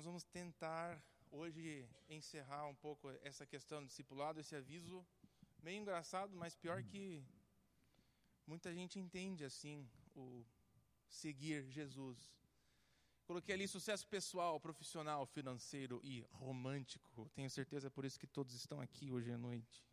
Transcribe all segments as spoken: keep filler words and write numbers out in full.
Nós vamos tentar hoje encerrar um pouco essa questão do discipulado, esse aviso meio engraçado, mas pior que muita gente entende assim o seguir Jesus. Coloquei ali sucesso pessoal, profissional, financeiro e romântico. Tenho certeza por isso que todos estão aqui hoje à noite.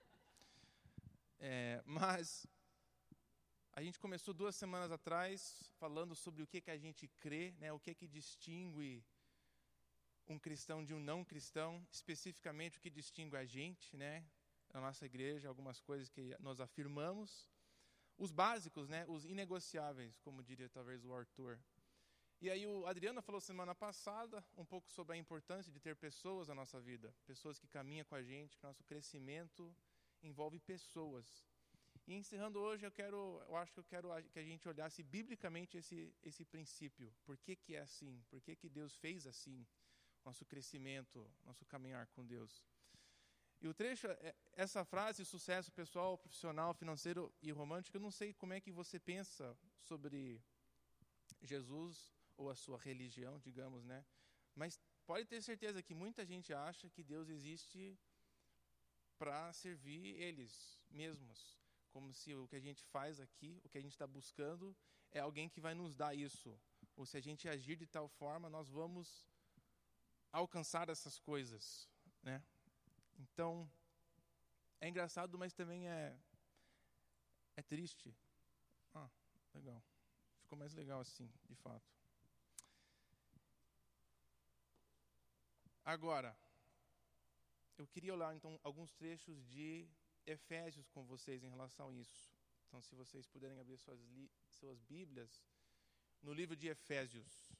É, mas a gente começou duas semanas atrás falando sobre o que, que a gente crê, né, o que, que distingue um cristão de um não cristão, especificamente o que distingue a gente, né, na nossa igreja, algumas coisas que nós afirmamos, os básicos, né, os inegociáveis, como diria talvez o Arthur. E aí o Adriano falou semana passada um pouco sobre a importância de ter pessoas na nossa vida, pessoas que caminham com a gente, que nosso crescimento envolve pessoas. E encerrando hoje, eu quero, eu acho que eu quero que a gente olhasse biblicamente esse esse princípio. Por que que é assim? Por que que Deus fez assim? Nosso crescimento, nosso caminhar com Deus. E o trecho, essa frase, sucesso pessoal, profissional, financeiro e romântico, eu não sei como é que você pensa sobre Jesus ou a sua religião, digamos, né? Mas pode ter certeza que muita gente acha que Deus existe para servir eles mesmos. Como se o que a gente faz aqui, o que a gente está buscando, é alguém que vai nos dar isso. Ou se a gente agir de tal forma, nós vamos alcançar essas coisas, né? Então, é engraçado, mas também é, é triste. Ah, legal. Ficou mais legal assim, de fato. Agora, eu queria olhar então alguns trechos de Efésios com vocês em relação a isso. Então, se vocês puderem abrir suas, li- suas Bíblias, no livro de Efésios.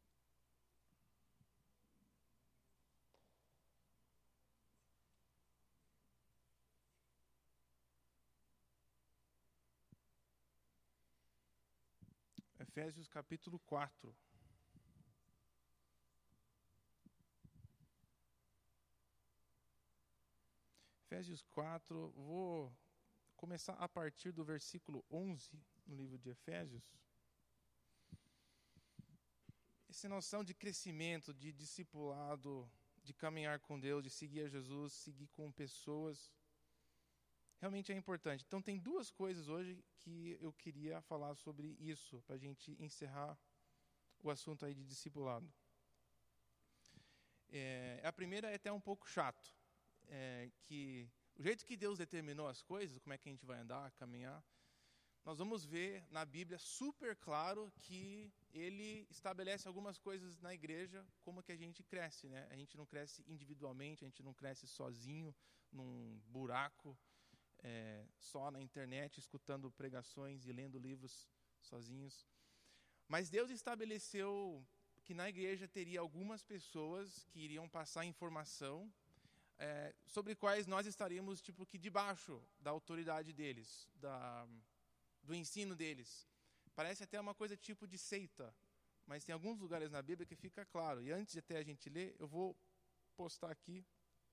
Efésios capítulo quatro. Efésios quatro, vou começar a partir do versículo onze, no livro de Efésios. Essa noção de crescimento, de discipulado, de caminhar com Deus, de seguir a Jesus, seguir com pessoas, realmente é importante. Então, tem duas coisas hoje que eu queria falar sobre isso, para a gente encerrar o assunto aí de discipulado. É, a primeira é até um pouco chato, é, que o jeito que Deus determinou as coisas, como é que a gente vai andar, caminhar, nós vamos ver na Bíblia super claro que Ele estabelece algumas coisas na igreja, como que a gente cresce, né? A gente não cresce individualmente, a gente não cresce sozinho, num buraco, É, só na internet, escutando pregações e lendo livros sozinhos. Mas Deus estabeleceu que na igreja teria algumas pessoas que iriam passar informação é, sobre quais nós estaríamos tipo que debaixo da autoridade deles, da, do ensino deles. Parece até uma coisa tipo de seita, mas tem alguns lugares na Bíblia que fica claro. E antes de até a gente ler, eu vou postar aqui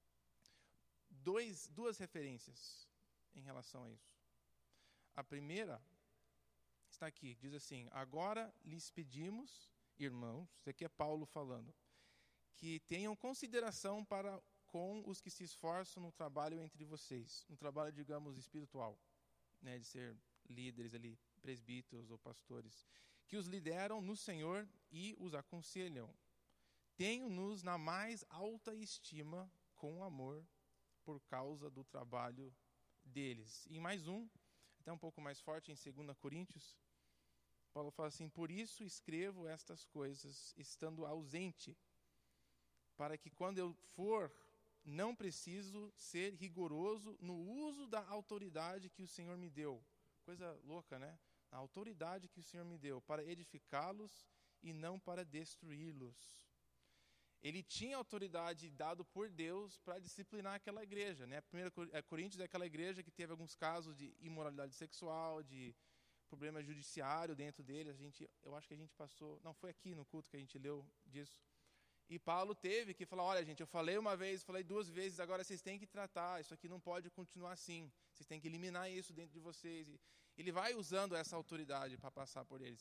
dois, duas referências em relação a isso. A primeira está aqui, diz assim: agora lhes pedimos, irmãos, isso aqui é Paulo falando, que tenham consideração para com os que se esforçam no trabalho entre vocês, no trabalho, digamos, espiritual, né, de ser líderes ali, presbíteros ou pastores, que os lideram no Senhor e os aconselham. Tenham-nos na mais alta estima com amor por causa do trabalho deles. E mais um, até um pouco mais forte, em dois Coríntios, Paulo fala assim: por isso escrevo estas coisas, estando ausente, para que quando eu for, não preciso ser rigoroso no uso da autoridade que o Senhor me deu. Coisa louca, né? A autoridade que o Senhor me deu, para edificá-los e não para destruí-los. Ele tinha autoridade dado por Deus para disciplinar aquela igreja, né? Primeira Coríntios é aquela igreja que teve alguns casos de imoralidade sexual, de problema judiciário dentro dele. A gente, eu acho que a gente passou, não foi aqui no culto que a gente leu disso. E Paulo teve que falar: olha, gente, eu falei uma vez, falei duas vezes, agora vocês têm que tratar, isso aqui não pode continuar assim. Vocês têm que eliminar isso dentro de vocês. E ele vai usando essa autoridade para passar por eles.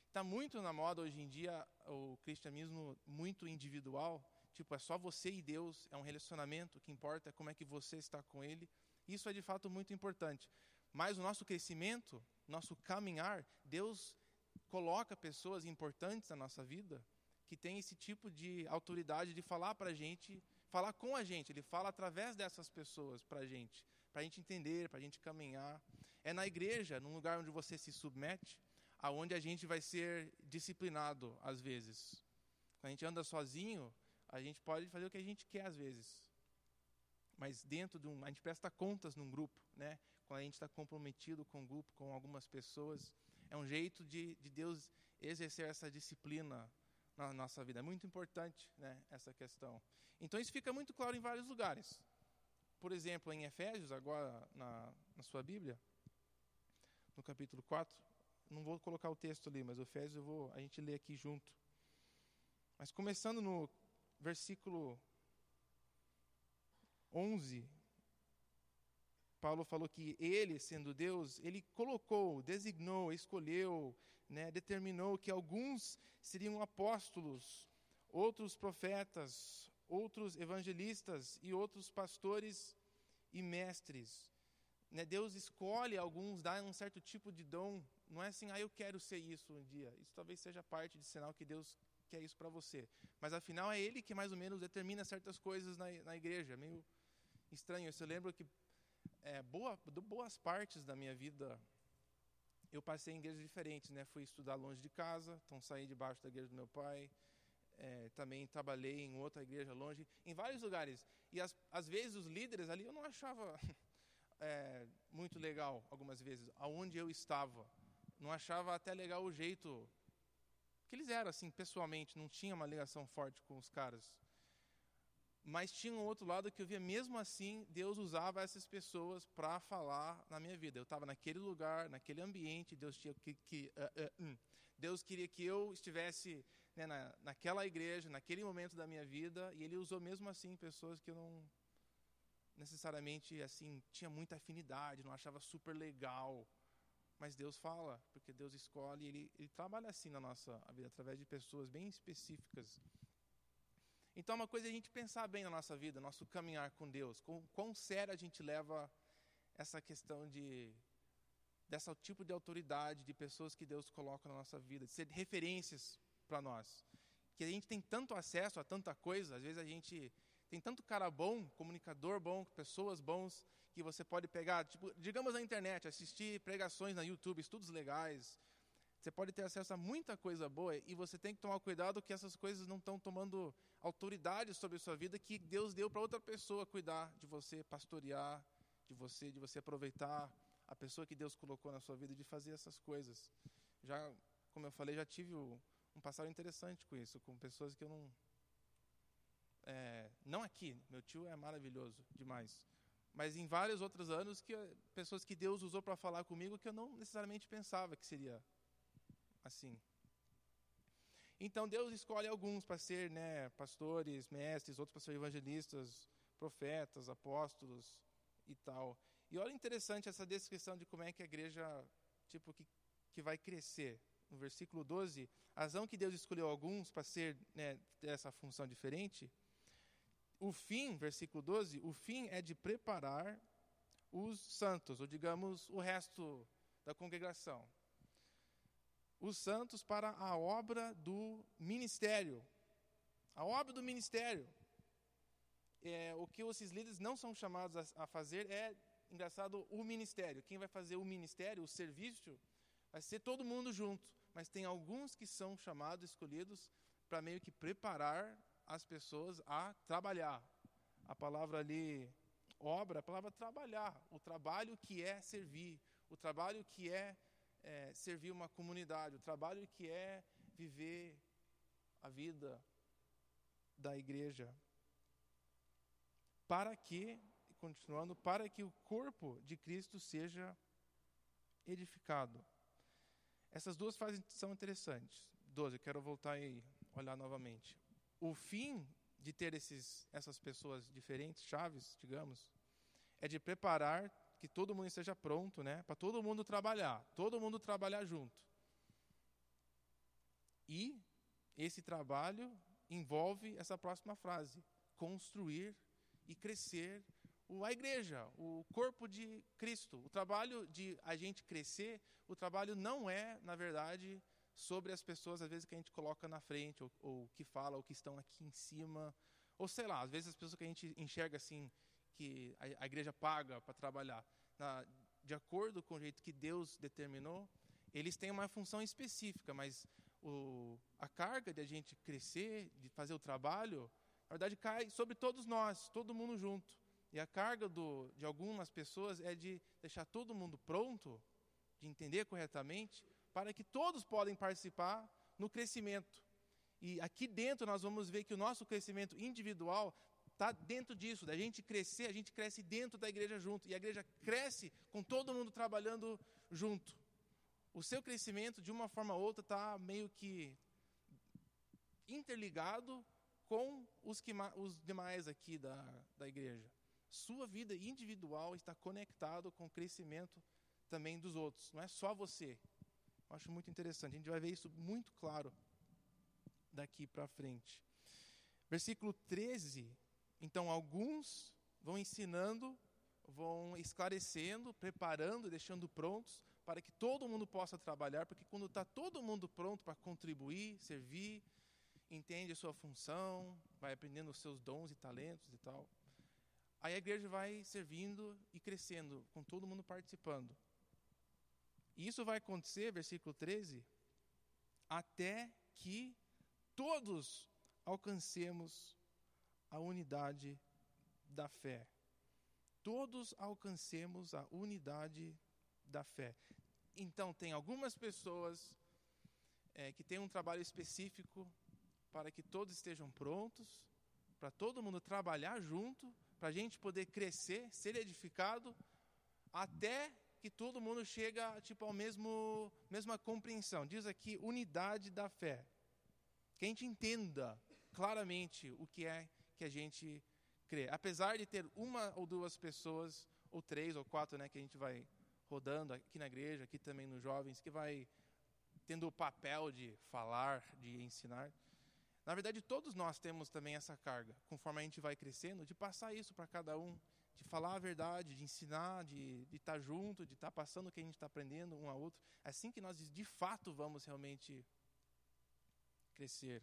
Está muito na moda hoje em dia o cristianismo muito individual, tipo, é só você e Deus, é um relacionamento, o que importa é como é que você está com Ele. Isso é de fato muito importante. Mas o nosso crescimento, nosso caminhar, Deus coloca pessoas importantes na nossa vida que têm esse tipo de autoridade de falar para a gente, falar com a gente. Ele fala através dessas pessoas para a gente, para a gente entender, para a gente caminhar. É na igreja, num lugar onde você se submete, aonde a gente vai ser disciplinado às vezes. Quando a gente anda sozinho, a gente pode fazer o que a gente quer às vezes. Mas dentro de um... A gente presta contas num grupo, né? Quando a gente está comprometido com um grupo, com algumas pessoas, é um jeito de, de Deus exercer essa disciplina na nossa vida. É muito importante, né, essa questão. Então isso fica muito claro em vários lugares. Por exemplo, em Efésios, agora na, na sua Bíblia, no capítulo quatro, não vou colocar o texto ali, mas o Efésios eu vou, a gente lê aqui junto. Mas começando no versículo onze, Paulo falou que ele, sendo Deus, ele colocou, designou, escolheu, né, determinou que alguns seriam apóstolos, outros profetas, outros evangelistas e outros pastores e mestres. Né, Deus escolhe alguns, dá um certo tipo de dom. Não é assim, ah, eu quero ser isso um dia. Isso talvez seja parte de sinal que Deus quer isso para você. Mas afinal é Ele que mais ou menos determina certas coisas na, na igreja. Meio estranho. Eu lembro que é, boa, boas partes da minha vida eu passei em igrejas diferentes, né? Fui estudar longe de casa, então saí debaixo da igreja do meu pai. É, também trabalhei em outra igreja longe, em vários lugares. E as, às vezes os líderes ali eu não achava é, muito legal, algumas vezes, aonde eu estava. Não achava até legal o jeito que eles eram, assim, pessoalmente. Não tinha uma ligação forte com os caras. Mas tinha um outro lado que eu via, mesmo assim, Deus usava essas pessoas para falar na minha vida. Eu estava naquele lugar, naquele ambiente, Deus tinha que, que uh, uh, um. Deus queria que eu estivesse, né, na, naquela igreja, naquele momento da minha vida, e Ele usou mesmo assim pessoas que eu não necessariamente assim tinha muita afinidade, não achava super legal. Mas Deus fala, porque Deus escolhe, Ele, ele trabalha assim na nossa vida, através de pessoas bem específicas. Então, é uma coisa é a gente pensar bem na nossa vida, nosso caminhar com Deus, com, quão sério a gente leva essa questão de, desse tipo de autoridade, de pessoas que Deus coloca na nossa vida, de ser referências para nós. Que a gente tem tanto acesso a tanta coisa, às vezes a gente tem tanto cara bom, comunicador bom, pessoas bons, que você pode pegar, tipo, digamos na internet, assistir pregações na YouTube, estudos legais. Você pode ter acesso a muita coisa boa e você tem que tomar cuidado que essas coisas não estão tomando autoridade sobre a sua vida que Deus deu para outra pessoa cuidar de você, pastorear de você, de você aproveitar a pessoa que Deus colocou na sua vida de fazer essas coisas. Já, como eu falei, já tive um passado interessante com isso, com pessoas que eu não... É, não aqui, meu tio é maravilhoso demais, mas em vários outros anos, que pessoas que Deus usou para falar comigo que eu não necessariamente pensava que seria assim. Então Deus escolhe alguns para ser, né, pastores, mestres, outros para ser evangelistas, profetas, apóstolos e tal. E olha interessante essa descrição de como é que a igreja, tipo, que, que vai crescer. No versículo doze, a razão que Deus escolheu alguns para ser, né, dessa função diferente, o fim, versículo doze, o fim é de preparar os santos, ou digamos, o resto da congregação. Os santos para a obra do ministério. A obra do ministério. É, o que esses líderes não são chamados a, a fazer é, engraçado, o ministério. Quem vai fazer o ministério, o serviço, vai ser todo mundo junto. Mas tem alguns que são chamados, escolhidos, para meio que preparar as pessoas a trabalhar. A palavra ali, obra, a palavra trabalhar. O trabalho que é servir. O trabalho que é É, servir uma comunidade, o trabalho que é viver a vida da igreja. Para que, continuando, para que o corpo de Cristo seja edificado. Essas duas frases são interessantes. doze, eu quero voltar e olhar novamente. O fim de ter esses, essas pessoas diferentes, chaves, digamos, é de preparar que todo mundo esteja pronto, né, para todo mundo trabalhar, todo mundo trabalhar junto. E esse trabalho envolve essa próxima frase: construir e crescer a igreja, o corpo de Cristo. O trabalho de a gente crescer, o trabalho não é, na verdade, sobre as pessoas, às vezes, que a gente coloca na frente, ou, ou que fala, ou que estão aqui em cima, ou sei lá, às vezes as pessoas que a gente enxerga assim, que a, a igreja paga para trabalhar, na, de acordo com o jeito que Deus determinou, eles têm uma função específica, mas o, a carga de a gente crescer, de fazer o trabalho, na verdade cai sobre todos nós, todo mundo junto. E a carga do, de algumas pessoas é de deixar todo mundo pronto, de entender corretamente, para que todos podem participar no crescimento. E aqui dentro nós vamos ver que o nosso crescimento individual está dentro disso, da gente crescer, a gente cresce dentro da igreja junto. E a igreja cresce com todo mundo trabalhando junto. O seu crescimento, de uma forma ou outra, está meio que interligado com os, que, os demais aqui da, da igreja. Sua vida individual está conectado com o crescimento também dos outros. Não é só você. Eu acho muito interessante. A gente vai ver isso muito claro daqui para frente. Versículo treze. Então, alguns vão ensinando, vão esclarecendo, preparando, deixando prontos para que todo mundo possa trabalhar, porque quando está todo mundo pronto para contribuir, servir, entende a sua função, vai aprendendo os seus dons e talentos e tal, aí a igreja vai servindo e crescendo, com todo mundo participando. E isso vai acontecer, versículo treze, até que todos alcancemos a unidade da fé. Todos alcancemos a unidade da fé. Então, tem algumas pessoas é, que têm um trabalho específico para que todos estejam prontos, para todo mundo trabalhar junto, para a gente poder crescer, ser edificado, até que todo mundo chega tipo, ao mesmo mesma compreensão. Diz aqui, unidade da fé. Que a gente entenda claramente o que é que a gente crê. Apesar de ter uma ou duas pessoas, ou três ou quatro, né, que a gente vai rodando aqui na igreja, aqui também nos jovens, que vai tendo o papel de falar, de ensinar. Na verdade, todos nós temos também essa carga, conforme a gente vai crescendo, de passar isso para cada um, de falar a verdade, de ensinar, de, de estar junto, de estar passando o que a gente está aprendendo um ao outro. É assim que nós, de fato, vamos realmente crescer.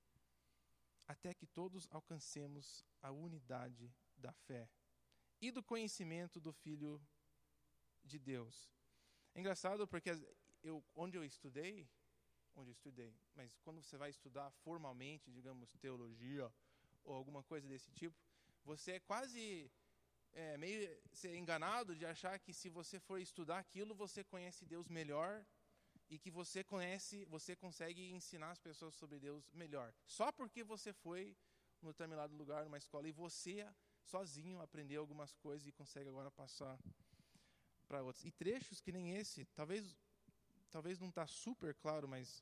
Até que todos alcancemos a unidade da fé e do conhecimento do Filho de Deus. É engraçado porque eu, onde eu estudei, onde eu estudei, mas quando você vai estudar formalmente, digamos, teologia ou alguma coisa desse tipo, você é quase é, meio ser enganado de achar que se você for estudar aquilo, você conhece Deus melhor e que você conhece, você consegue ensinar as pessoas sobre Deus melhor. Só porque você foi no determinado lugar, numa escola, e você sozinho aprendeu algumas coisas e consegue agora passar para outros. E trechos que nem esse, talvez, talvez não está super claro, mas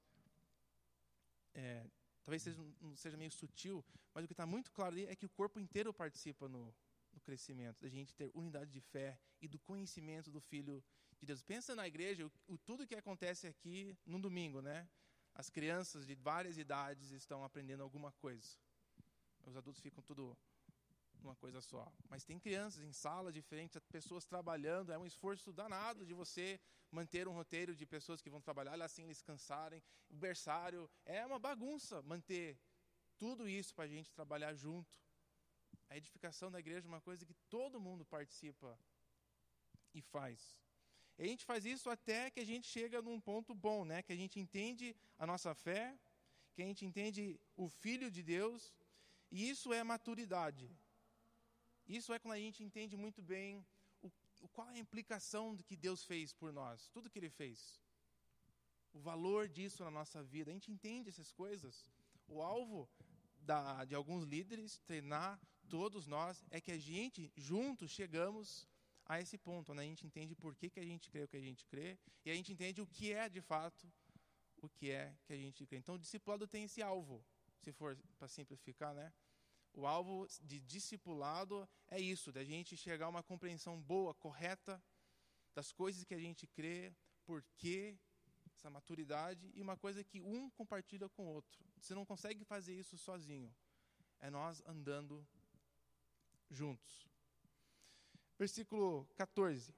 é, talvez seja, não seja meio sutil, mas o que está muito claro ali é que o corpo inteiro participa no, no crescimento, da gente ter unidade de fé e do conhecimento do Filho de Deus. Pensa na igreja, o, o, tudo que acontece aqui no domingo, né? As crianças de várias idades estão aprendendo alguma coisa. Os adultos ficam tudo uma coisa só. Mas tem crianças em salas diferentes, pessoas trabalhando, é um esforço danado de você manter um roteiro de pessoas que vão trabalhar, assim eles cansarem. O berçário, é uma bagunça manter tudo isso para a gente trabalhar junto. A edificação da igreja é uma coisa que todo mundo participa e faz. E a gente faz isso até que a gente chega num ponto bom, né? Que a gente entende a nossa fé, que a gente entende o Filho de Deus, e isso é maturidade. Isso é quando a gente entende muito bem o, o, qual é a implicação do que Deus fez por nós, tudo que Ele fez. O valor disso na nossa vida, a gente entende essas coisas. O alvo da, de alguns líderes, treinar todos nós, é que a gente, juntos, chegamos a esse ponto, né? A gente entende por que, que a gente crê o que a gente crê, e a gente entende o que é, de fato, o que é que a gente crê. Então, o discipulado tem esse alvo, se for para simplificar, né? O alvo de discipulado é isso, da gente chegar a uma compreensão boa, correta, das coisas que a gente crê, por que essa maturidade, e uma coisa que um compartilha com o outro. Você não consegue fazer isso sozinho. É nós andando juntos. Versículo quatorze.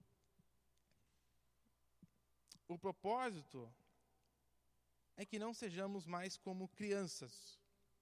O propósito é que não sejamos mais como crianças,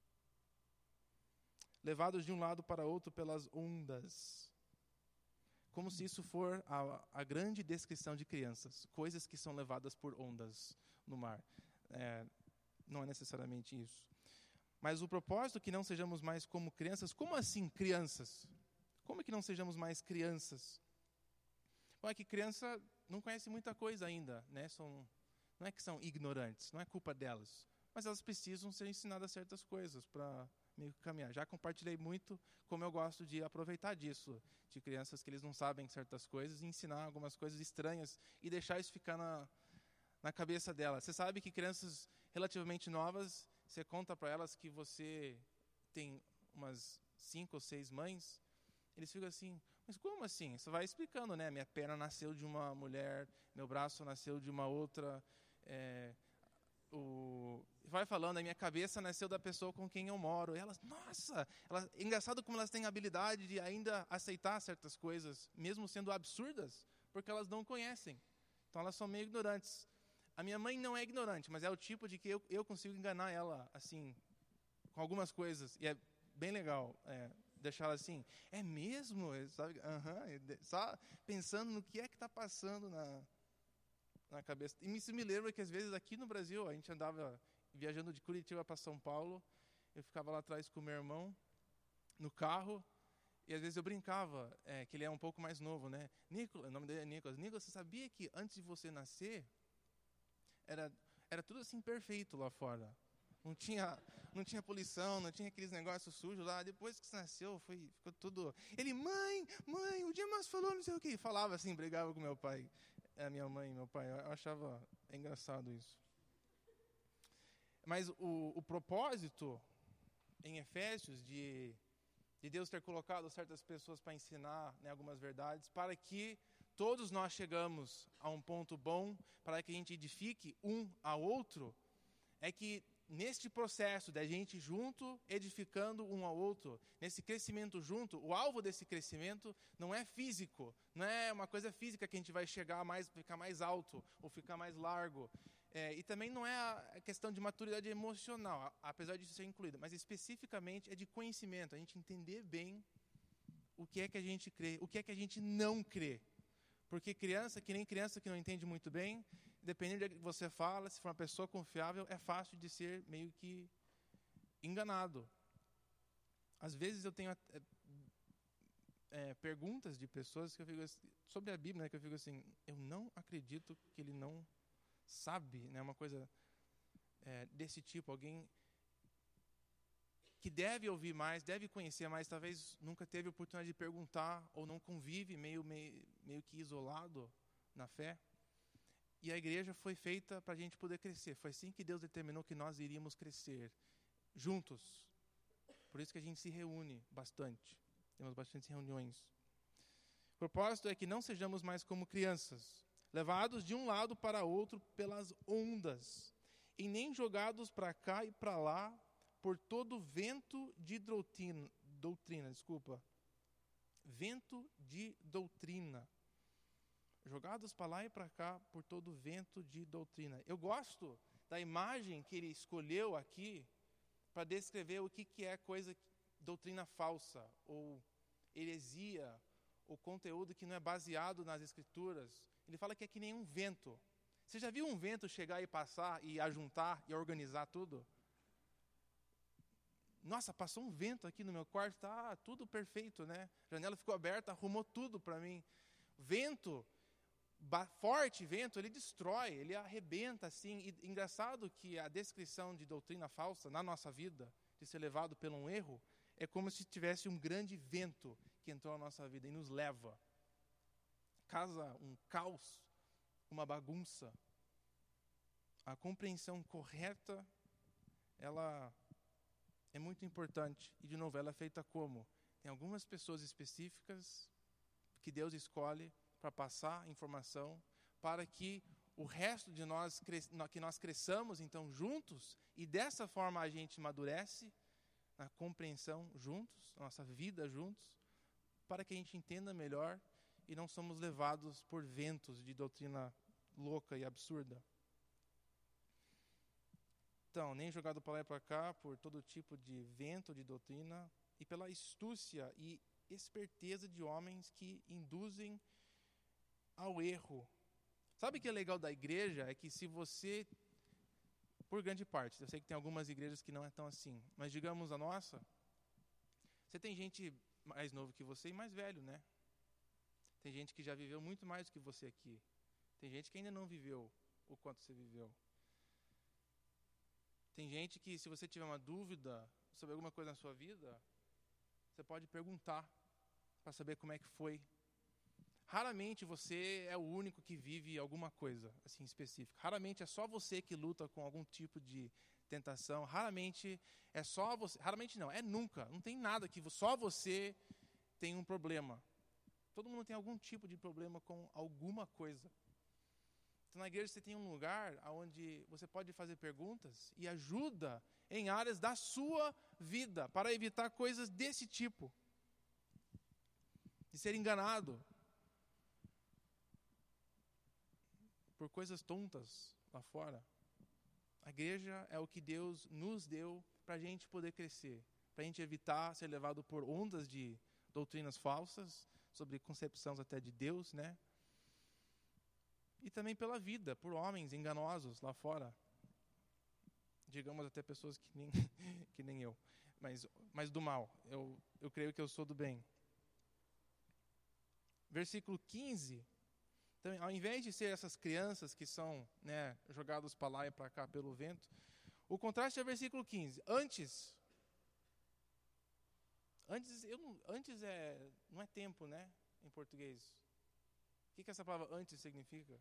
levados de um lado para outro pelas ondas. Como se isso for a, a grande descrição de crianças, coisas que são levadas por ondas no mar. É, não é necessariamente isso. Mas o propósito é que não sejamos mais como crianças. Como assim crianças? Como é que não sejamos mais crianças? Bom, é que criança não conhece muita coisa ainda, né? São, não é que são ignorantes, não é culpa delas. Mas elas precisam ser ensinadas certas coisas para meio que caminhar. Já compartilhei muito como eu gosto de aproveitar disso, de crianças que eles não sabem certas coisas, e ensinar algumas coisas estranhas e deixar isso ficar na, na cabeça delas. Você sabe que crianças relativamente novas, você conta para elas que você tem umas cinco ou seis mães, eles ficam assim, mas como assim? Você vai explicando, né? Minha perna nasceu de uma mulher, meu braço nasceu de uma outra, é, o... vai falando, a minha cabeça nasceu da pessoa com quem eu moro. E elas, nossa, elas, é engraçado como elas têm a habilidade de ainda aceitar certas coisas, mesmo sendo absurdas, porque elas não conhecem. Então elas são meio ignorantes. A minha mãe não é ignorante, mas é o tipo de que eu, eu consigo enganar ela, assim, com algumas coisas. E é bem legal é, deixar ela assim, é mesmo? Sabe? Uhum, só pensando no que é que está passando na... na cabeça. E isso me lembra que, às vezes, aqui no Brasil, a gente andava viajando de Curitiba para São Paulo, eu ficava lá atrás com o meu irmão, no carro, e às vezes eu brincava, é, que ele é um pouco mais novo, né? Nicolas, o nome dele é Nicolas. Nicolas, você sabia que antes de você nascer, era, era tudo assim perfeito lá fora? Não tinha, não tinha poluição, não tinha aqueles negócios sujos lá. Depois que você nasceu, foi, ficou tudo... Ele, mãe, mãe, o Dimas falou não sei o quê. Falava assim, brigava com meu pai. A minha mãe e meu pai, eu achava engraçado isso. Mas o, o propósito em Efésios de, de Deus ter colocado certas pessoas para ensinar, né, algumas verdades, para que todos nós chegamos a um ponto bom, para que a gente edifique um ao outro, é que neste processo da gente junto, edificando um ao outro, nesse crescimento junto, o alvo desse crescimento não é físico, não é uma coisa física que a gente vai chegar mais, ficar mais alto ou ficar mais largo. É, e também não é a questão de maturidade emocional, apesar disso ser incluído, mas especificamente é de conhecimento, a gente entender bem o que é que a gente crê, o que é que a gente não crê. Porque criança, que nem criança que não entende muito bem, dependendo do que você fala, se for uma pessoa confiável, é fácil de ser meio que enganado. Às vezes eu tenho é, é, perguntas de pessoas que eu fico assim, sobre a Bíblia, né, que eu fico assim, eu não acredito que ele não sabe, né, uma coisa é, desse tipo, alguém que deve ouvir mais, deve conhecer mais, talvez nunca teve oportunidade de perguntar ou não convive meio, meio, meio que isolado na fé. E a igreja foi feita para a gente poder crescer. Foi assim que Deus determinou que nós iríamos crescer, juntos. Por isso que a gente se reúne bastante. Temos bastante reuniões. O propósito é que não sejamos mais como crianças, levados de um lado para outro pelas ondas, e nem jogados para cá e para lá por todo vento de doutrina. Doutrina, desculpa. Vento de doutrina. Jogados para lá e para cá por todo vento de doutrina. Eu gosto da imagem que ele escolheu aqui para descrever o que, que é coisa, doutrina falsa, ou heresia, ou conteúdo que não é baseado nas escrituras. Ele fala que é que nem um vento. Você já viu um vento chegar e passar e ajuntar e organizar tudo? Nossa, passou um vento aqui no meu quarto, tá tudo perfeito, né? A janela ficou aberta, arrumou tudo para mim. Vento... forte vento, ele destrói, ele arrebenta assim. E engraçado que a descrição de doutrina falsa na nossa vida, de ser levado por um erro, é como se tivesse um grande vento que entrou na nossa vida e nos leva. Causa um caos, uma bagunça. A compreensão correta, ela é muito importante. E de novo, ela é feita como? Tem algumas pessoas específicas que Deus escolhe para passar informação, para que o resto de nós, que nós cresçamos, então, juntos, e dessa forma a gente amadurece na compreensão juntos, nossa vida juntos, para que a gente entenda melhor e não somos levados por ventos de doutrina louca e absurda. Então, nem jogado para lá e para cá por todo tipo de vento de doutrina e pela astúcia e esperteza de homens que induzem ao erro. Sabe o que é legal da igreja? É que se você, por grande parte, eu sei que tem algumas igrejas que não é tão assim, mas digamos a nossa, você tem gente mais novo que você e mais velho, né? Tem gente que já viveu muito mais do que você aqui. Tem gente que ainda não viveu o quanto você viveu. Tem gente que, se você tiver uma dúvida sobre alguma coisa na sua vida, você pode perguntar para saber como é que foi. Raramente você é o único que vive alguma coisa assim específica. Raramente é só você que luta com algum tipo de tentação. Raramente é só você. Raramente não, é nunca. Não tem nada que só você tem um problema. Todo mundo tem algum tipo de problema com alguma coisa. Então, na igreja você tem um lugar onde você pode fazer perguntas e ajuda em áreas da sua vida para evitar coisas desse tipo. De ser enganado por coisas tontas lá fora. A igreja é o que Deus nos deu para a gente poder crescer, para a gente evitar ser levado por ondas de doutrinas falsas, sobre concepções até de Deus, né? E também pela vida, por homens enganosos lá fora. Digamos até pessoas que nem, que nem eu, mas, mas do mal. Eu, eu creio que eu sou do bem. Versículo quinze, também, ao invés de ser essas crianças que são, né, jogadas para lá e para cá pelo vento, o contraste é o versículo quinze. Antes, antes, eu não, antes é, não é tempo, né, em português. O que, que essa palavra antes significa?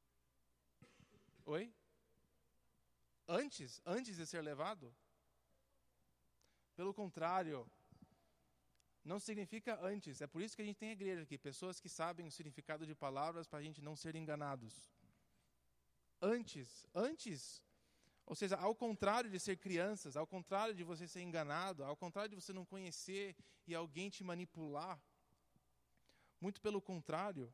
Oi? Antes? Antes de ser levado? Pelo contrário, não significa antes. É por isso que a gente tem a igreja aqui, pessoas que sabem o significado de palavras para a gente não ser enganados. Antes, antes, ou seja, ao contrário de ser crianças, ao contrário de você ser enganado, ao contrário de você não conhecer e alguém te manipular, muito pelo contrário,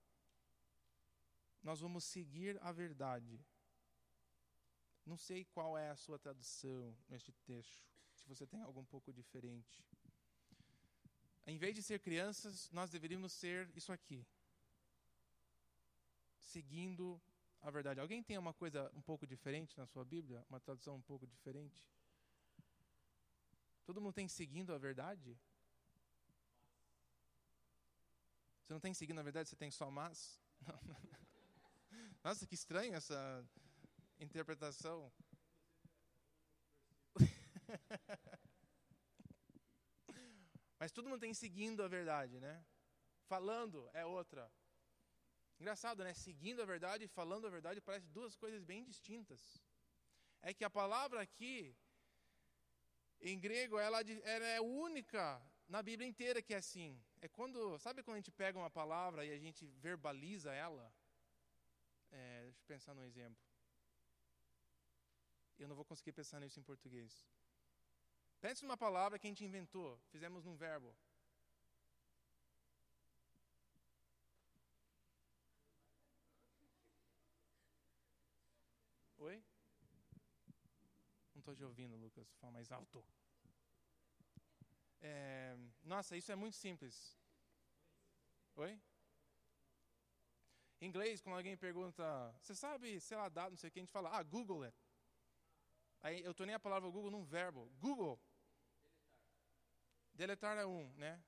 nós vamos seguir a verdade. Não sei qual é a sua tradução neste texto, se você tem algo um pouco diferente. Em vez de ser crianças, nós deveríamos ser isso aqui. Seguindo a verdade. Alguém tem uma coisa um pouco diferente na sua Bíblia? Uma tradução um pouco diferente? Todo mundo tem seguindo a verdade? Você não tem seguindo a verdade, você tem só mas? Nossa, que estranho essa interpretação. Mas todo mundo tem seguindo a verdade, né? Falando é outra. Engraçado, né? Seguindo a verdade e falando a verdade parece duas coisas bem distintas. É que a palavra aqui, em grego, ela, ela é única na Bíblia inteira que é assim. É quando, sabe quando a gente pega uma palavra e a gente verbaliza ela? É, deixa eu pensar num exemplo. Eu não vou conseguir pensar nisso em português. Pense numa palavra que a gente inventou, fizemos num verbo. Oi? Não estou te ouvindo, Lucas. Fala mais alto. É, nossa, isso é muito simples. Oi? Em inglês, quando alguém pergunta, você sabe, sei lá, dado, não sei o que, a gente fala, ah, Google it. Aí eu tornei a palavra Google num verbo. Google. Deletar. Deletar é um, né?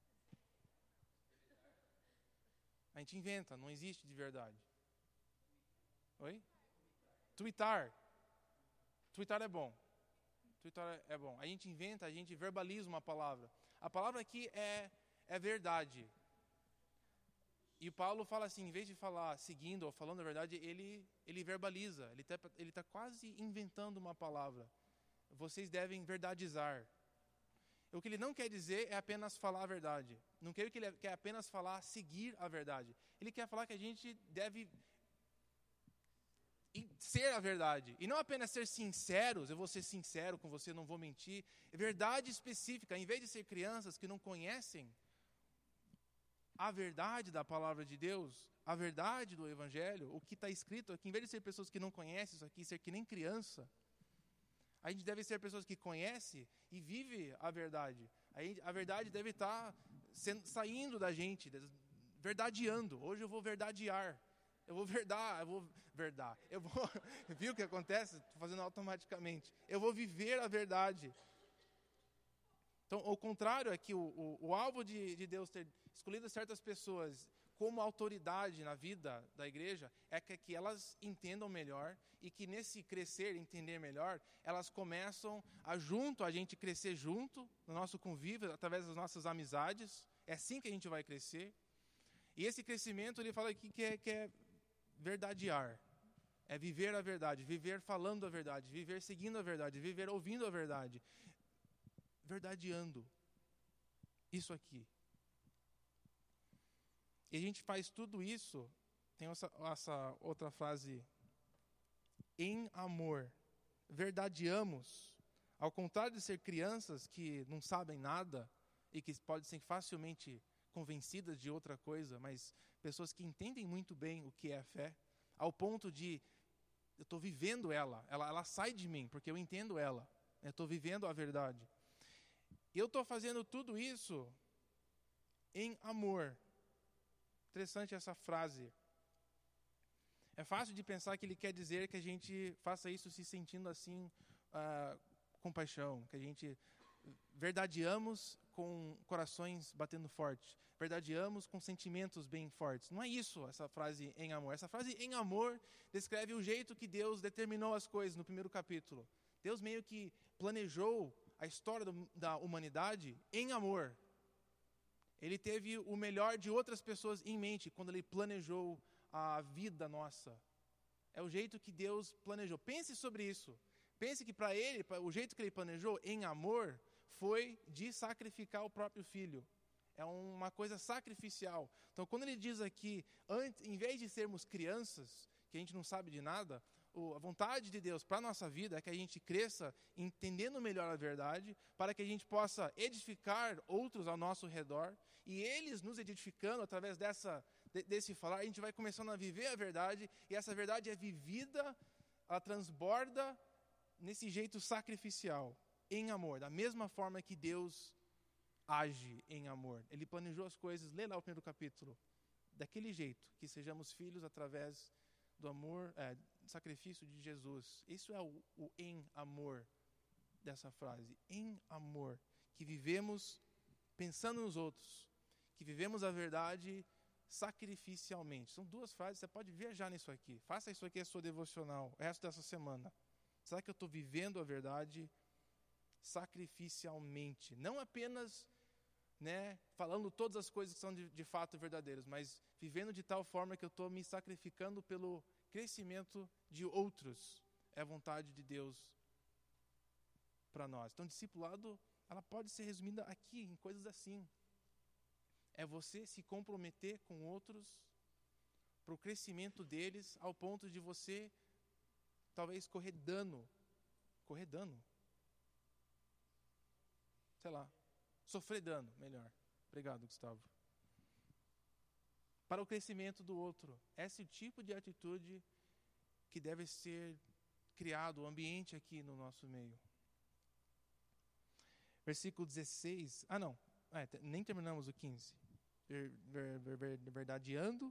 A gente inventa, não existe de verdade. Oi? Tweetar. Tweetar é bom. Tweetar é bom. A gente inventa, a gente verbaliza uma palavra. A palavra aqui é, é verdade. E Paulo fala assim, em vez de falar seguindo ou falando a verdade, ele, ele verbaliza. Ele está ele tá quase inventando uma palavra. Vocês devem verdadizar. O que ele não quer dizer é apenas falar a verdade. Não quer que ele quer apenas falar seguir a verdade. Ele quer falar que a gente deve e ser a verdade. E não apenas ser sinceros, eu vou ser sincero com você, não vou mentir. É verdade específica, em vez de ser crianças que não conhecem a verdade da palavra de Deus, a verdade do Evangelho, o que está escrito aqui, em vez de ser pessoas que não conhecem isso aqui, ser que nem criança, a gente deve ser pessoas que conhecem e vivem a verdade. A, gente, a verdade deve estar sendo, saindo da gente, verdadeando. Hoje eu vou verdadear. Eu vou verdar, eu vou verdar. Eu vou, viu o que acontece? Estou fazendo automaticamente. Eu vou viver a verdade. Então, ao contrário é que o, o, o alvo de, de Deus ter escolhido certas pessoas como autoridade na vida da igreja é que, que elas entendam melhor e que nesse crescer, entender melhor, elas começam a junto, a gente crescer junto no nosso convívio, através das nossas amizades. É assim que a gente vai crescer. E esse crescimento, ele fala aqui que é, que é verdadear. É viver a verdade, viver falando a verdade, viver seguindo a verdade, viver ouvindo a verdade. Verdadeando. Isso aqui. E a gente faz tudo isso, tem essa, essa outra frase, em amor. Verdadeamos. Ao contrário de ser crianças que não sabem nada e que podem ser facilmente convencidas de outra coisa, mas pessoas que entendem muito bem o que é a fé, ao ponto de, eu estou vivendo ela, ela, ela sai de mim, porque eu entendo ela, eu estou vivendo a verdade. Eu estou fazendo tudo isso em amor. Interessante essa frase. É fácil de pensar que ele quer dizer que a gente faça isso se sentindo assim, uh, com paixão, que a gente verdadeamos com corações batendo forte, verdadeamos com sentimentos bem fortes. Não é isso, essa frase em amor. Essa frase em amor descreve o jeito que Deus determinou as coisas no primeiro capítulo. Deus meio que planejou a história do, da humanidade em amor. Ele teve o melhor de outras pessoas em mente quando ele planejou a vida nossa. É o jeito que Deus planejou. Pense sobre isso. Pense que para ele, o jeito que ele planejou em amor foi de sacrificar o próprio filho. É uma coisa sacrificial. Então, quando ele diz aqui, antes, em vez de sermos crianças, que a gente não sabe de nada, a vontade de Deus para a nossa vida é que a gente cresça entendendo melhor a verdade, para que a gente possa edificar outros ao nosso redor, e eles nos edificando através dessa, desse falar, a gente vai começando a viver a verdade, e essa verdade é vivida, ela transborda nesse jeito sacrificial, em amor, da mesma forma que Deus age em amor. Ele planejou as coisas, lê lá o primeiro capítulo, daquele jeito, que sejamos filhos através do amor, é, sacrifício de Jesus. Isso é o, o em amor dessa frase. Em amor. Que vivemos pensando nos outros. Que vivemos a verdade sacrificialmente. São duas frases, você pode viajar nisso aqui. Faça isso aqui a sua devocional, o resto dessa semana. Será que eu estou vivendo a verdade sacrificialmente? Não apenas, né, falando todas as coisas que são de, de fato verdadeiras, mas vivendo de tal forma que eu estou me sacrificando pelo crescimento de outros. É a vontade de Deus para nós. Então, discipulado, ela pode ser resumida aqui, em coisas assim. É você se comprometer com outros para o crescimento deles, ao ponto de você, talvez, correr dano. Correr dano. Sei lá. Sofrer dano, melhor. Obrigado, Gustavo. Para o crescimento do outro. Esse é o tipo de atitude que deve ser criado, o ambiente aqui no nosso meio. Versículo dezesseis. Ah, não. É, nem terminamos o quinze. Ver, ver, ver, ver, verdadeando,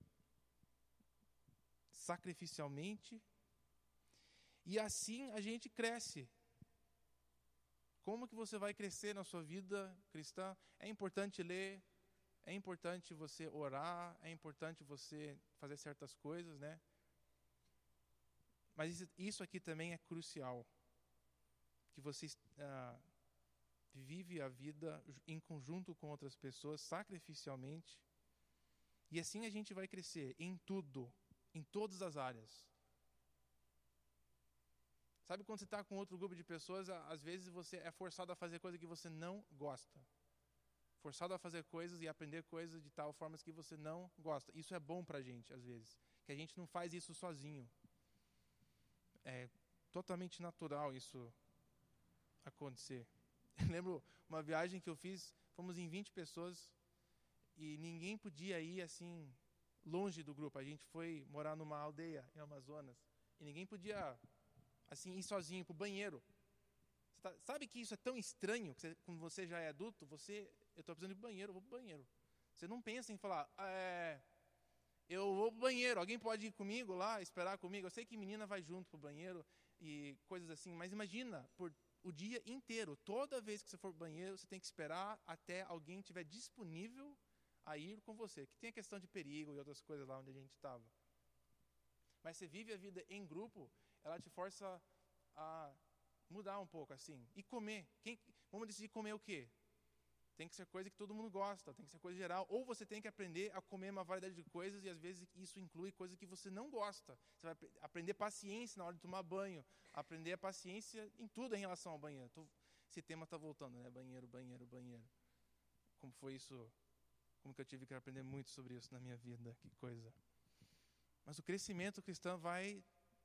sacrificialmente, e assim a gente cresce. Como que você vai crescer na sua vida cristã? É importante ler, é importante você orar, é importante você fazer certas coisas, né? Mas isso aqui também é crucial. Que você ah, vive a vida em conjunto com outras pessoas, sacrificialmente. E assim a gente vai crescer em tudo, em todas as áreas. Sabe quando você está com outro grupo de pessoas, às vezes você é forçado a fazer coisas que você não gosta. Forçado a fazer coisas e aprender coisas de tal forma que você não gosta. Isso é bom para a gente, às vezes. Que a gente não faz isso sozinho. totalmente natural isso acontecer. Eu lembro uma viagem que eu fiz, fomos em vinte pessoas e ninguém podia ir assim longe do grupo. A gente foi morar numa aldeia em Amazonas e ninguém podia assim ir sozinho para o banheiro. Você tá, sabe que isso é tão estranho, que você, quando você já é adulto, você, eu estou precisando ir para o banheiro, eu vou para o banheiro. Você não pensa em falar, é, eu vou para o banheiro, alguém pode ir comigo lá, esperar comigo? Eu sei que menina vai junto para o banheiro e coisas assim, mas imagina, por o dia inteiro, toda vez que você for para o banheiro, você tem que esperar até alguém estiver disponível a ir com você. Que tem a questão de perigo e outras coisas lá onde a gente estava. Mas você vive a vida em grupo, ela te força a mudar um pouco assim. E comer. Quem, vamos decidir comer o quê? Tem que ser coisa que todo mundo gosta, tem que ser coisa geral. Ou você tem que aprender a comer uma variedade de coisas e às vezes isso inclui coisas que você não gosta. Você vai aprender paciência na hora de tomar banho, aprender a paciência em tudo em relação ao banheiro. Tô, esse tema está voltando, né? Banheiro, banheiro, banheiro. Como foi isso? Como que eu tive que aprender muito sobre isso na minha vida, que coisa. Mas o crescimento cristão vai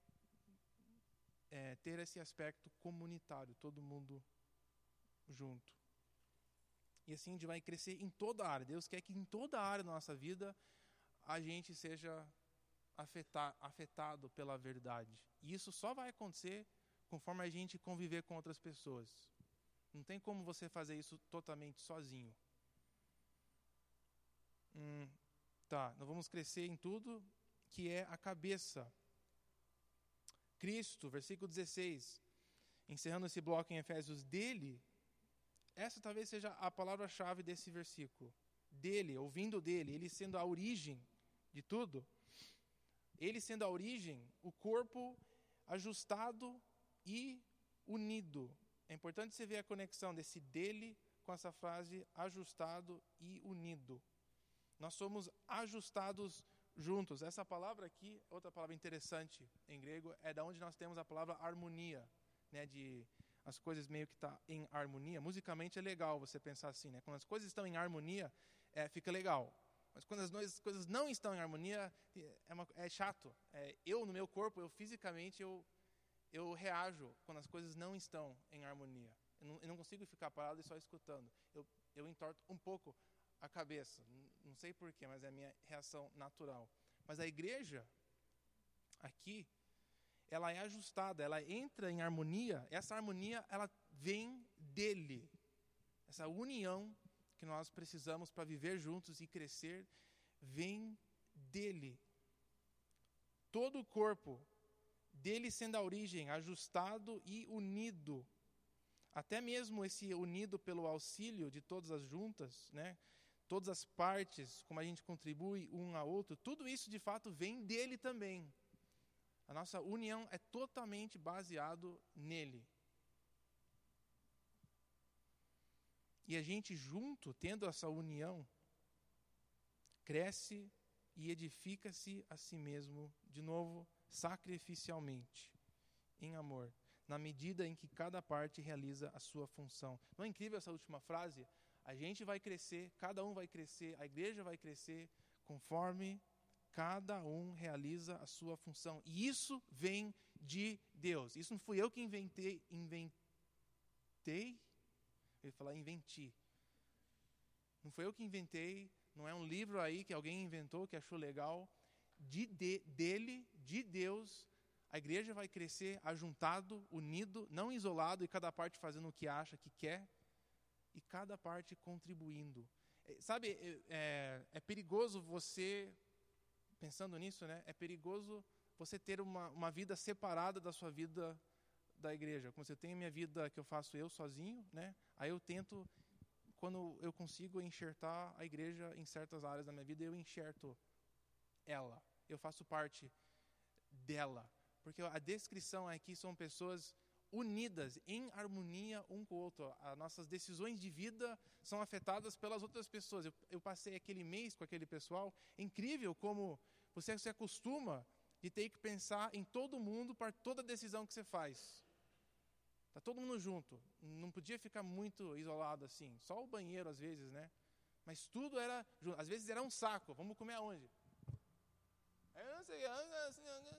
é, ter esse aspecto comunitário, todo mundo junto. E assim a gente vai crescer em toda a área. Deus quer que em toda a área da nossa vida a gente seja afetar, afetado pela verdade. E isso só vai acontecer conforme a gente conviver com outras pessoas. Não tem como você fazer isso totalmente sozinho. Hum, tá, nós vamos crescer em tudo que é a cabeça. Cristo, versículo dezesseis, encerrando esse bloco em Efésios, dele, essa talvez seja a palavra-chave desse versículo. Dele, ouvindo dele, ele sendo a origem de tudo, ele sendo a origem, o corpo ajustado e unido. É importante você ver a conexão desse dele com essa frase ajustado e unido. Nós somos ajustados juntos. Essa palavra aqui, outra palavra interessante em grego, é da onde nós temos a palavra harmonia, né, de as coisas meio que estão tá em harmonia. Musicalmente é legal você pensar assim, né? Quando as coisas estão em harmonia, é, fica legal. Mas quando as, as coisas não estão em harmonia, é, uma, é chato. É, eu, no meu corpo, eu fisicamente, eu, eu reajo quando as coisas não estão em harmonia. Eu não, eu não consigo ficar parado e só escutando. Eu, eu entorto um pouco a cabeça. Não sei porquê, mas é a minha reação natural. Mas a igreja, aqui, ela é ajustada, ela entra em harmonia. Essa harmonia, ela vem dele. Essa união que nós precisamos para viver juntos e crescer, vem dele. Todo o corpo, dele sendo a origem, ajustado e unido. Até mesmo esse unido pelo auxílio de todas as juntas, né? Todas as partes, como a gente contribui um ao outro, tudo isso de fato vem dele também. A nossa união é totalmente baseado nele. E a gente junto, tendo essa união, cresce e edifica-se a si mesmo, de novo, sacrificialmente, em amor, na medida em que cada parte realiza a sua função. Não é incrível essa última frase? A gente vai crescer, cada um vai crescer, a igreja vai crescer, conforme cada um realiza a sua função. E isso vem de Deus. Isso não fui eu que inventei, inventei, eu ia falar inventi. Não foi eu que inventei, não é um livro aí que alguém inventou, que achou legal. De, de, dele, de Deus, a igreja vai crescer ajuntado, unido, não isolado, e cada parte fazendo o que acha, que quer, e cada parte contribuindo. É, sabe, é, é, é perigoso você, pensando nisso, né? É perigoso você ter uma, uma vida separada da sua vida da igreja. Como eu tenho a minha vida que eu faço eu sozinho, né? Aí eu tento, quando eu consigo enxertar a igreja em certas áreas da minha vida, eu enxerto ela. Eu faço parte dela. Porque a descrição aqui são pessoas unidas, em harmonia um com o outro. As nossas decisões de vida são afetadas pelas outras pessoas. Eu, eu passei aquele mês com aquele pessoal. É incrível como você se acostuma de ter que pensar em todo mundo para toda decisão que você faz. Está todo mundo junto. Não podia ficar muito isolado assim. Só o banheiro às vezes, né? Mas tudo era junto. Às vezes era um saco. Vamos comer aonde? Eu não sei.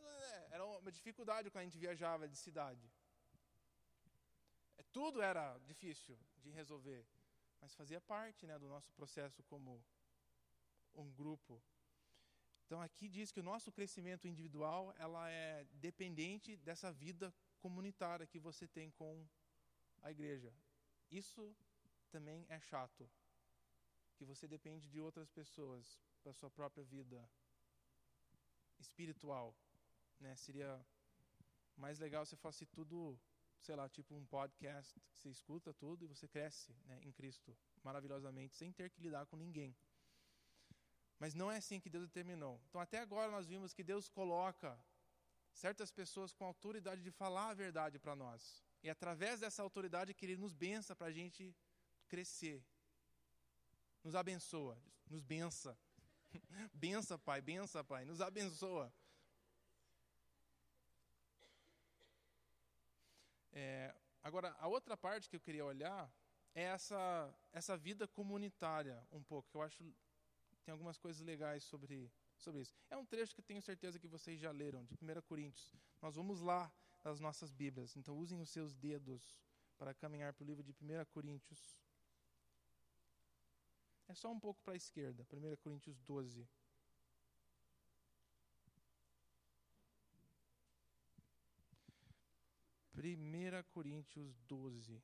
era uma dificuldade quando a gente viajava de cidade. É, tudo era difícil de resolver, mas fazia parte, né, do nosso processo como um grupo. Então aqui diz que o nosso crescimento individual, ela é dependente dessa vida comunitária que você tem com a igreja. Isso também é chato, que você depende de outras pessoas para a sua própria vida espiritual, né? Seria mais legal se fosse tudo, sei lá, tipo um podcast, que você escuta tudo e você cresce, né, em Cristo, maravilhosamente, sem ter que lidar com ninguém. Mas não é assim que Deus determinou. Então até agora nós vimos que Deus coloca certas pessoas com autoridade de falar a verdade para nós. E através dessa autoridade que Ele nos bença para a gente crescer. Nos abençoa, nos bença. Bença, Pai, bença, Pai, nos abençoa. É, agora, a outra parte que eu queria olhar é essa, essa vida comunitária um pouco, que eu acho tem algumas coisas legais sobre, sobre isso. É um trecho que tenho certeza que vocês já leram, de primeira Coríntios. Nós vamos lá nas nossas Bíblias, então usem os seus dedos para caminhar para o livro de primeira Coríntios. É só um pouco para a esquerda, primeira Coríntios doze. primeira Coríntios doze.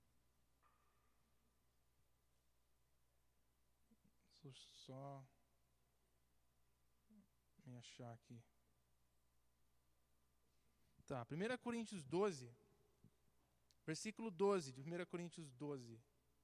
Deixa eu só me achar aqui. Tá, primeira Coríntios doze, versículo doze, de primeira Coríntios doze.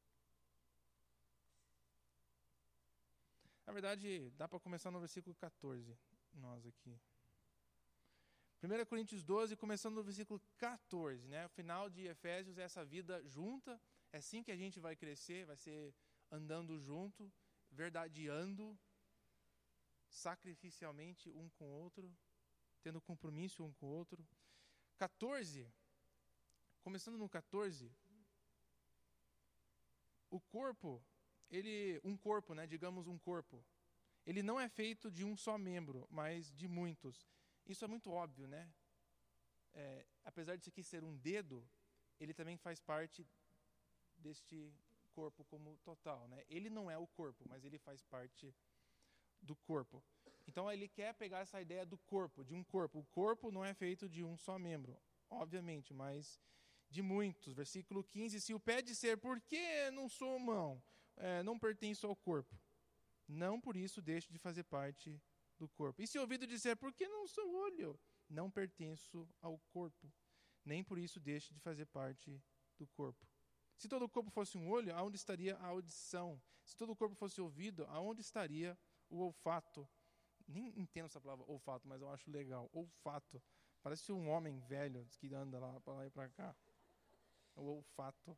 Na verdade, dá para começar no versículo catorze, nós aqui. primeira Coríntios doze, começando no versículo catorze, né? O final de Efésios é essa vida junta, é assim que a gente vai crescer, vai ser andando junto, verdadeando, sacrificialmente um com o outro, tendo compromisso um com o outro. catorze, começando no catorze, o corpo, ele, um corpo, né, digamos um corpo, ele não é feito de um só membro, mas de muitos. Isso é muito óbvio, né? É, apesar de isso aqui ser um dedo, ele também faz parte deste corpo como total, né? Ele não é o corpo, mas ele faz parte do corpo. Então ele quer pegar essa ideia do corpo, de um corpo. O corpo não é feito de um só membro, obviamente, mas de muitos. Versículo quinze, se o pé disser, por que não sou mão? É, não pertenço ao corpo. Não por isso deixe de fazer parte do corpo. E se o ouvido disser, por que não sou olho? Não pertenço ao corpo. Nem por isso deixe de fazer parte do corpo. Se todo o corpo fosse um olho, aonde estaria a audição? Se todo o corpo fosse ouvido, aonde estaria o olfato? Nem entendo essa palavra olfato, mas eu acho legal. Olfato. Parece um homem velho que anda lá para lá e para cá. O olfato.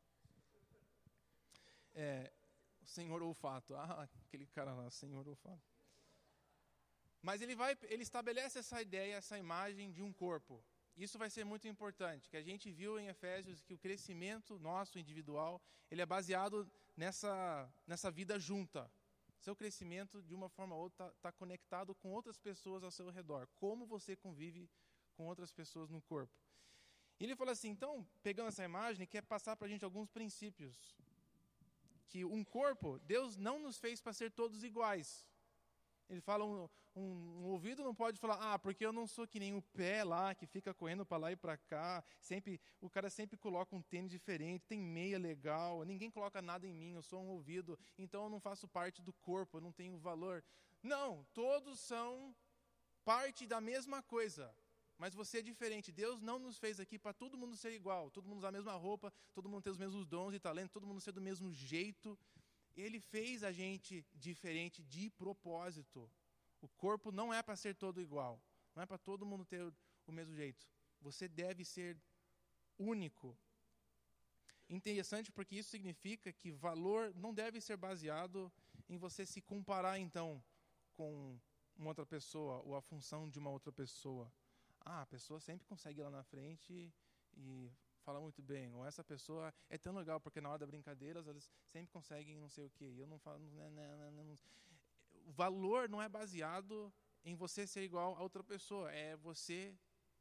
É, o senhor olfato. Ah, aquele cara lá, senhor olfato. Mas ele, vai, ele estabelece essa ideia, essa imagem de um corpo. Isso vai ser muito importante, que a gente viu em Efésios que o crescimento nosso individual, ele é baseado nessa, nessa vida junta. Seu crescimento, de uma forma ou outra, está tá conectado com outras pessoas ao seu redor. Como você convive com outras pessoas no corpo. E ele fala assim, então, pegando essa imagem, quer passar para a gente alguns princípios. Que um corpo, Deus não nos fez para ser todos iguais. Ele fala, um, um, um ouvido não pode falar, ah, porque eu não sou que nem o pé lá, que fica correndo para lá e para cá, sempre, o cara sempre coloca um tênis diferente, tem meia legal, ninguém coloca nada em mim, eu sou um ouvido, então eu não faço parte do corpo, eu não tenho valor. Não, todos são parte da mesma coisa, mas você é diferente. Deus não nos fez aqui para todo mundo ser igual, todo mundo usar a mesma roupa, todo mundo ter os mesmos dons e talentos, todo mundo ser do mesmo jeito. Ele fez a gente diferente de propósito. O corpo não é para ser todo igual. Não é para todo mundo ter o mesmo jeito. Você deve ser único. Interessante porque isso significa que valor não deve ser baseado em você se comparar, então, com uma outra pessoa ou a função de uma outra pessoa. Ah, a pessoa sempre consegue ir lá na frente e fala muito bem, ou essa pessoa é tão legal, porque na hora da brincadeira elas sempre conseguem não sei o quê, eu não falo, não, não, não, não. O valor não é baseado em você ser igual a outra pessoa, é você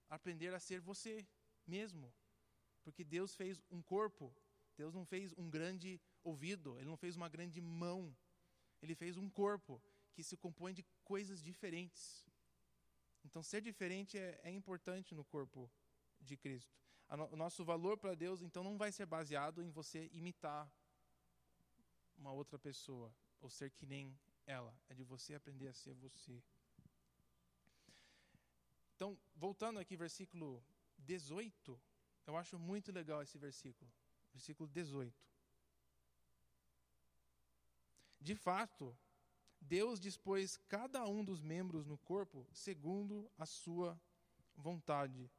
aprender a ser você mesmo. Porque Deus fez um corpo, Deus não fez um grande ouvido, Ele não fez uma grande mão. Ele fez um corpo que se compõe de coisas diferentes. Então, ser diferente é, é importante no corpo de Cristo. No, o nosso valor para Deus, então, não vai ser baseado em você imitar uma outra pessoa, ou ser que nem ela. É de você aprender a ser você. Então, voltando aqui, versículo dezoito, eu acho muito legal esse versículo. Versículo dezoito. De fato, Deus dispôs cada um dos membros no corpo segundo a sua vontade.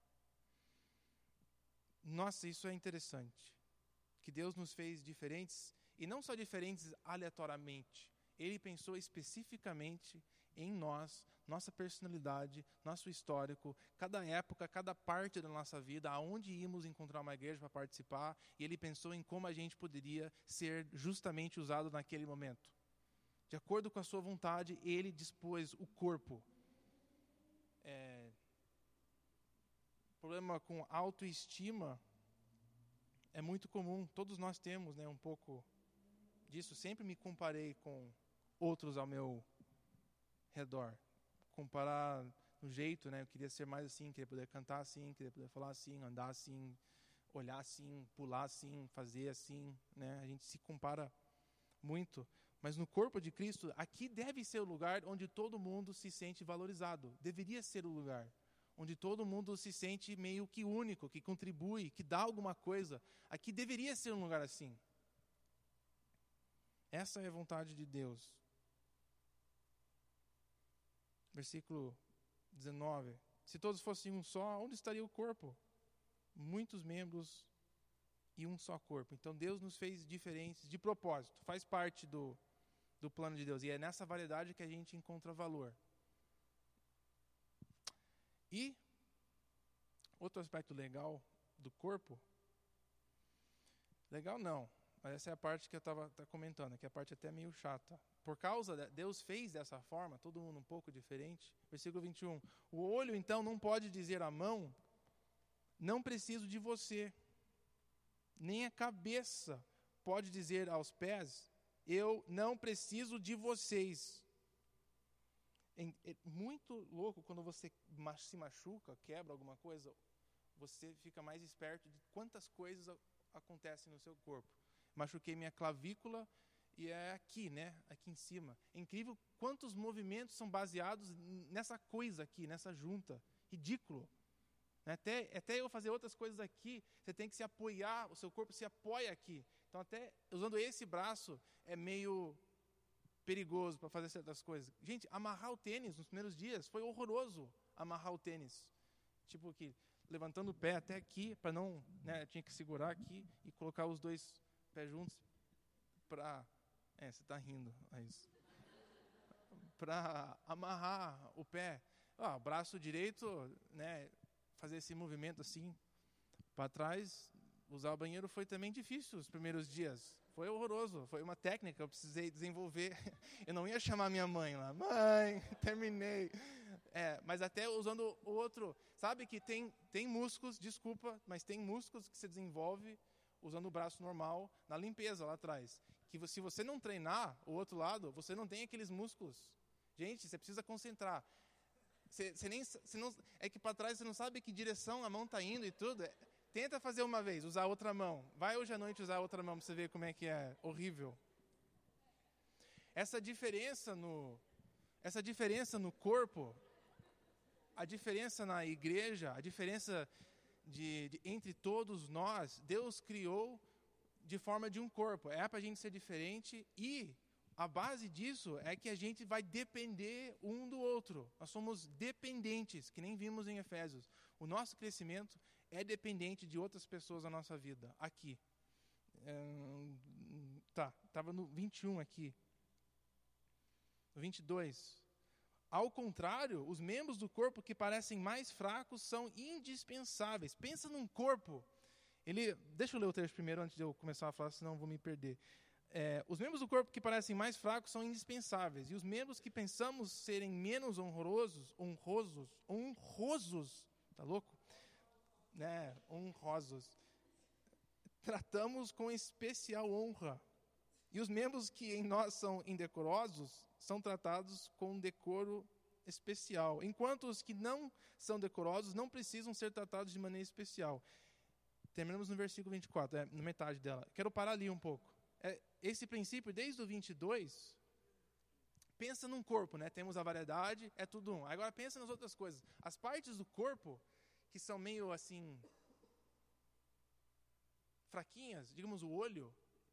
Nossa, isso é interessante. Que Deus nos fez diferentes, e não só diferentes aleatoriamente. Ele pensou especificamente em nós, nossa personalidade, nosso histórico, cada época, cada parte da nossa vida, aonde íamos encontrar uma igreja para participar, e Ele pensou em como a gente poderia ser justamente usado naquele momento. De acordo com a sua vontade, Ele dispôs o corpo. É, problema com autoestima é muito comum, todos nós temos, né, um pouco disso. Sempre me comparei com outros ao meu redor. Comparar no jeito, né, eu queria ser mais assim, queria poder cantar assim, queria poder falar assim, andar assim, olhar assim, pular assim, fazer assim, né, a gente se compara muito. Mas no corpo de Cristo, aqui deve ser o lugar onde todo mundo se sente valorizado. Deveria ser o lugar onde todo mundo se sente meio que único, que contribui, que dá alguma coisa. Aqui deveria ser um lugar assim. Essa é a vontade de Deus. Versículo dezenove. Se todos fossem um só, onde estaria o corpo? Muitos membros e um só corpo. Então Deus nos fez diferentes de propósito. Faz parte do, do plano de Deus. E é nessa variedade que a gente encontra valor. E outro aspecto legal do corpo, legal não, mas essa é a parte que eu estava comentando, que é a parte até meio chata. Por causa de Deus fez dessa forma, todo mundo um pouco diferente. Versículo vinte e um. O olho então não pode dizer à mão, não preciso de você. Nem a cabeça pode dizer aos pés, eu não preciso de vocês. É muito louco quando você se machuca, quebra alguma coisa, você fica mais esperto de quantas coisas acontecem no seu corpo. Machuquei minha clavícula e é aqui, né? Aqui em cima. É incrível quantos movimentos são baseados nessa coisa aqui, nessa junta. Ridículo. Até, até eu fazer outras coisas aqui, você tem que se apoiar, o seu corpo se apoia aqui. Então até usando esse braço é meio perigoso para fazer certas coisas. Gente, amarrar o tênis nos primeiros dias foi horroroso. Amarrar o tênis. Tipo que levantando o pé até aqui, para não, né, tinha que segurar aqui e colocar os dois pés juntos para, é, você está rindo, é isso. Para amarrar o pé. Ah, o braço direito, né, fazer esse movimento assim para trás, usar o banheiro foi também difícil os primeiros dias. Foi horroroso, foi uma técnica que eu precisei desenvolver. Eu não ia chamar minha mãe lá, mãe, terminei. É, mas até usando o outro, sabe que tem, tem músculos, desculpa, mas tem músculos que se desenvolve usando o braço normal na limpeza lá atrás. Que se você não treinar o outro lado, você não tem aqueles músculos. Gente, você precisa concentrar. Você, você nem, você não, é que para trás você não sabe que direção a mão está indo e tudo. É, tenta fazer uma vez, usar a outra mão. Vai hoje à noite usar a outra mão para você ver como é que é horrível. Essa diferença no, essa diferença no corpo, a diferença na igreja, a diferença de, de, entre todos nós, Deus criou de forma de um corpo. É para a gente ser diferente e a base disso é que a gente vai depender um do outro. Nós somos dependentes, que nem vimos em Efésios. O nosso crescimento é dependente de outras pessoas na nossa vida. Aqui. Hum, tá, estava no vinte e um aqui. No vinte e dois. Ao contrário, os membros do corpo que parecem mais fracos são indispensáveis. Pensa num corpo. Ele, deixa eu ler o texto primeiro antes de eu começar a falar, senão eu vou me perder. É, os membros do corpo que parecem mais fracos são indispensáveis, e os membros que pensamos serem menos honrosos, honrosos, honrosos, tá louco? Né? Honrosos. Tratamos com especial honra. E os membros que em nós são indecorosos são tratados com decoro especial, enquanto os que não são decorosos não precisam ser tratados de maneira especial. Terminamos no versículo vinte e quatro, é, na metade dela. Quero parar ali um pouco. É, esse princípio, desde o vinte e dois, pensa num corpo, né? Temos a variedade, é tudo um. Agora pensa nas outras coisas. As partes do corpo, que são meio assim, fraquinhas, digamos o olho,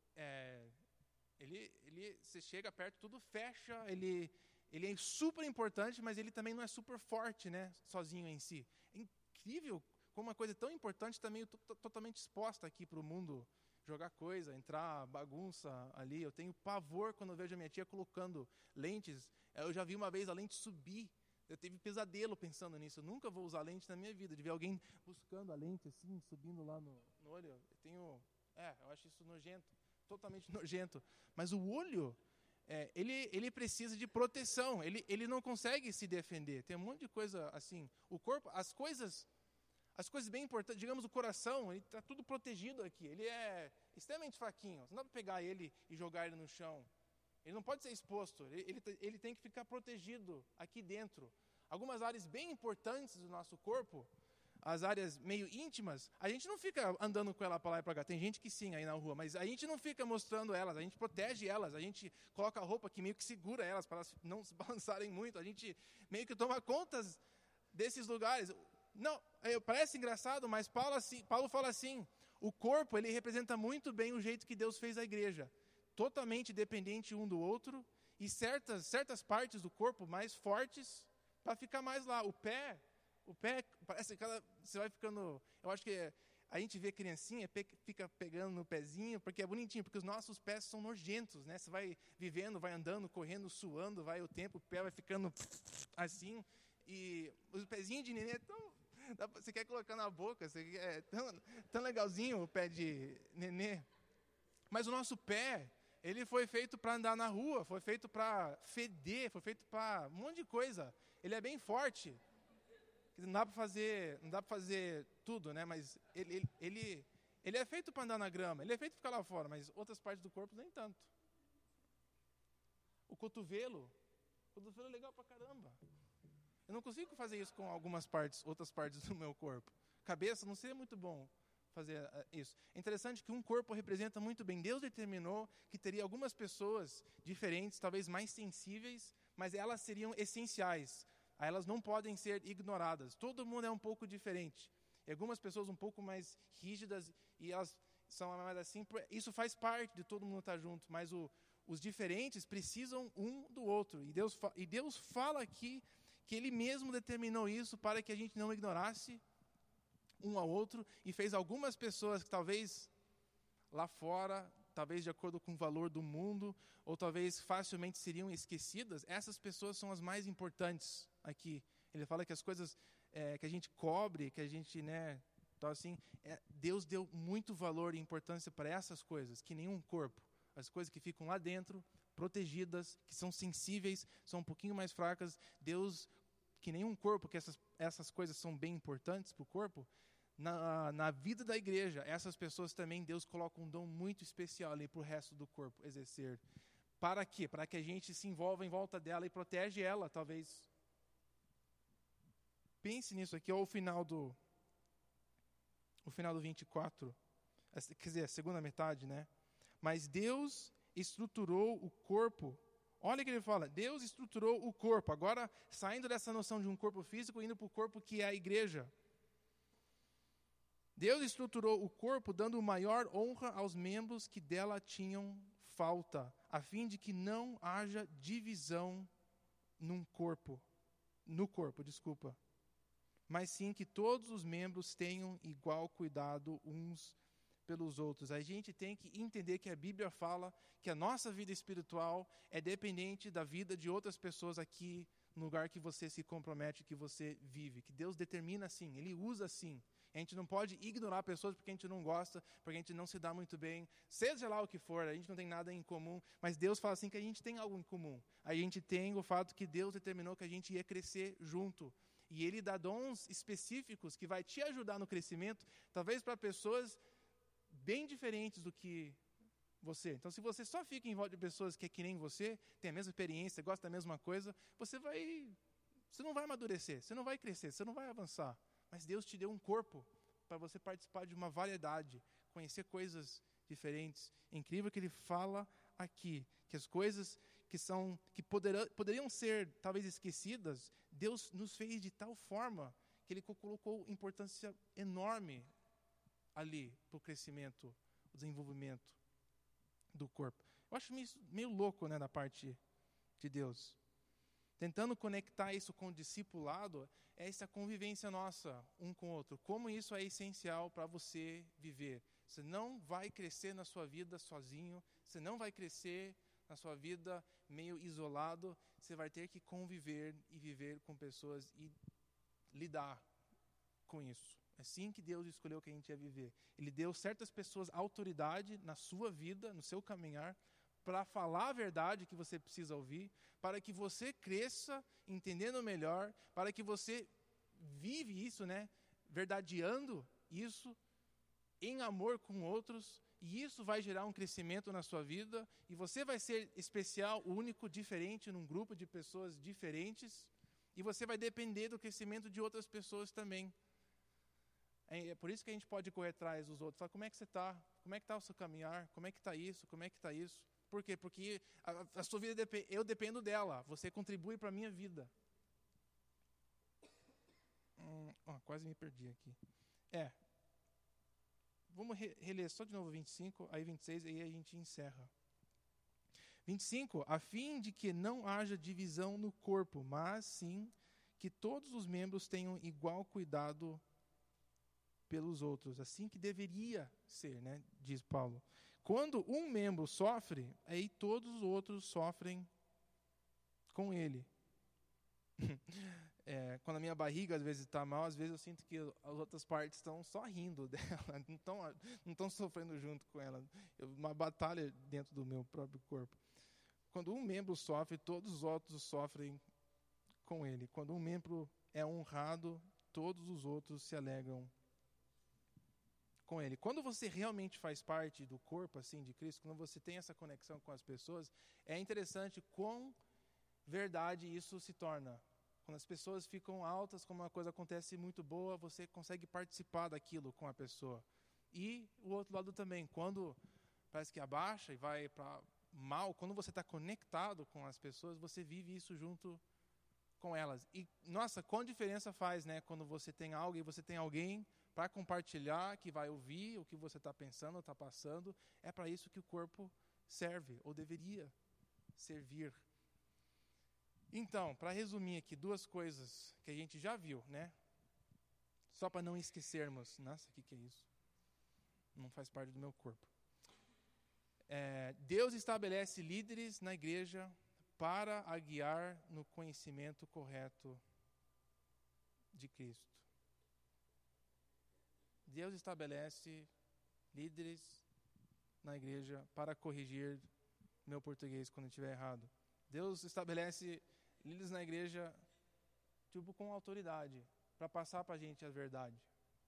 é, ele, ele, você chega perto, tudo fecha, ele, ele é super importante, mas ele também não é super forte, né? Sozinho em si. É incrível como uma coisa tão importante está meio to- totalmente exposta aqui para o mundo, jogar coisa, entrar, bagunça ali. Eu tenho pavor quando eu vejo a minha tia colocando lentes. Eu já vi uma vez a lente subir. Eu tive pesadelo pensando nisso. Eu nunca vou usar lente na minha vida. De ver alguém buscando a lente assim, subindo lá no, no olho. Eu tenho... É, eu acho isso nojento. Totalmente nojento. Mas o olho, é, ele, ele precisa de proteção. Ele, ele não consegue se defender. Tem um monte de coisa assim. O corpo, as coisas... As coisas bem importantes, digamos o coração, ele está tudo protegido aqui. Ele é extremamente fraquinho. Não dá para pegar ele e jogar ele no chão. Ele não pode ser exposto. Ele, ele, ele tem que ficar protegido aqui dentro. Algumas áreas bem importantes do nosso corpo, as áreas meio íntimas, a gente não fica andando com ela para lá e para cá. Tem gente que sim aí na rua, mas a gente não fica mostrando elas. A gente protege elas. A gente coloca a roupa que meio que segura elas para elas não se balançarem muito. A gente meio que toma conta desses lugares. Não, parece engraçado, mas Paulo, assim, Paulo fala assim, o corpo, ele representa muito bem o jeito que Deus fez a igreja, totalmente dependente um do outro, e certas, certas partes do corpo mais fortes, para ficar mais lá. O pé, o pé, parece que cada, você vai ficando, eu acho que a gente vê criancinha, fica pegando no pezinho, porque é bonitinho, porque os nossos pés são nojentos, né? Você vai vivendo, vai andando, correndo, suando, vai o tempo, o pé vai ficando assim, e os pezinhos de nenê estão... Você quer colocar na boca, você quer, é tão, tão legalzinho o pé de nenê. Mas o nosso pé, ele foi feito para andar na rua, foi feito para feder, foi feito para um monte de coisa. Ele é bem forte. Não dá para fazer, não dá para fazer tudo, né? Mas ele, ele, ele, ele é feito para andar na grama, ele é feito para ficar lá fora, mas outras partes do corpo nem tanto. O cotovelo, o cotovelo é legal para caramba. Eu não consigo fazer isso com algumas partes, outras partes do meu corpo. Cabeça, não seria muito bom fazer uh, isso. É interessante que um corpo representa muito bem. Deus determinou que teria algumas pessoas diferentes, talvez mais sensíveis, mas elas seriam essenciais. Elas não podem ser ignoradas. Todo mundo é um pouco diferente. E algumas pessoas um pouco mais rígidas e elas são mais assim. Isso faz parte de todo mundo estar junto, mas o, os diferentes precisam um do outro. E Deus, fa- e Deus fala aqui que Ele mesmo determinou isso para que a gente não ignorasse um ao outro e fez algumas pessoas que talvez lá fora, talvez de acordo com o valor do mundo, ou talvez facilmente seriam esquecidas, essas pessoas são as mais importantes aqui. Ele fala que as coisas é, que a gente cobre, que a gente, né, tal assim, é, Deus deu muito valor e importância para essas coisas, que nenhum corpo. As coisas que ficam lá dentro, protegidas, que são sensíveis, são um pouquinho mais fracas. Deus, que nenhum corpo, que essas, essas coisas são bem importantes para o corpo, na, na vida da igreja, essas pessoas também, Deus coloca um dom muito especial ali para o resto do corpo exercer. Para quê? Para que a gente se envolva em volta dela e protege ela, talvez. Pense nisso aqui, ó, o final do, o final do vinte e quatro, quer dizer, a segunda metade, né? Mas Deus estruturou o corpo. Olha o que ele fala, Deus estruturou o corpo. Agora, saindo dessa noção de um corpo físico, indo para o corpo que é a igreja. Deus estruturou o corpo, dando maior honra aos membros que dela tinham falta, a fim de que não haja divisão num corpo, no corpo, desculpa. Mas sim que todos os membros tenham igual cuidado uns pelos outros. A gente tem que entender que a Bíblia fala que a nossa vida espiritual é dependente da vida de outras pessoas aqui no lugar que você se compromete, que você vive. Que Deus determina assim, Ele usa assim. A gente não pode ignorar pessoas porque a gente não gosta, porque a gente não se dá muito bem, seja lá o que for, a gente não tem nada em comum, mas Deus fala assim que a gente tem algo em comum. A gente tem o fato que Deus determinou que a gente ia crescer junto. E Ele dá dons específicos que vai te ajudar no crescimento, talvez para pessoas bem diferentes do que você. Então, se você só fica em volta de pessoas que é que nem você, tem a mesma experiência, gosta da mesma coisa, você vai, você não vai amadurecer, você não vai crescer, você não vai avançar. Mas Deus te deu um corpo para você participar de uma variedade, conhecer coisas diferentes. É incrível que Ele fala aqui que as coisas que são que poderão, poderiam ser talvez esquecidas, Deus nos fez de tal forma que Ele colocou importância enorme ali para o crescimento, o desenvolvimento do corpo. Eu acho meio, meio louco, né, da parte de Deus. Tentando conectar isso com o discipulado, é essa convivência nossa, um com o outro. Como isso é essencial para você viver. Você não vai crescer na sua vida sozinho, você não vai crescer na sua vida meio isolado, você vai ter que conviver e viver com pessoas e lidar com isso. É assim que Deus escolheu que a gente ia viver. Ele deu certas pessoas autoridade na sua vida, no seu caminhar, para falar a verdade que você precisa ouvir, para que você cresça entendendo melhor, para que você vive isso, né, verdadeando isso, em amor com outros, e isso vai gerar um crescimento na sua vida, e você vai ser especial, único, diferente, num grupo de pessoas diferentes, e você vai depender do crescimento de outras pessoas também. É por isso que a gente pode correr atrás dos outros, falar, como é que você está? Como é que está o seu caminhar? Como é que está isso? Como é que está isso? Por quê? Porque a, a sua vida, eu dependo dela, você contribui para a minha vida. Hum, oh, quase me perdi aqui. É, vamos re, reler só de novo vinte e cinco, aí vinte e seis, aí a gente encerra. vinte e cinco, a fim de que não haja divisão no corpo, mas sim que todos os membros tenham igual cuidado pelos outros, assim que deveria ser, né, diz Paulo. Quando um membro sofre, aí todos os outros sofrem com ele. É, quando a minha barriga às vezes está mal, às vezes eu sinto que as outras partes estão só rindo dela, não estão não estão sofrendo junto com ela. Eu, uma batalha dentro do meu próprio corpo. Quando um membro sofre, todos os outros sofrem com ele. Quando um membro é honrado, todos os outros se alegram com ele. Quando você realmente faz parte do corpo assim de Cristo, quando você tem essa conexão com as pessoas, é interessante quão verdade isso se torna. Quando as pessoas ficam altas, como uma coisa acontece muito boa, você consegue participar daquilo com a pessoa. E o outro lado também, quando parece que abaixa e vai para mal, quando você está conectado com as pessoas, você vive isso junto com elas. E, nossa, qual diferença faz, né? Quando você tem algo e você tem alguém para compartilhar, que vai ouvir o que você está pensando, está passando. É para isso que o corpo serve, ou deveria servir. Então, para resumir aqui, duas coisas que a gente já viu, né? Só para não esquecermos. Nossa, o que, que é isso? Não faz parte do meu corpo. É, Deus estabelece líderes na igreja para a guiar no conhecimento correto de Cristo. Deus estabelece líderes na igreja para corrigir meu português quando estiver errado. Deus estabelece líderes na igreja tipo com autoridade para passar para a gente a verdade.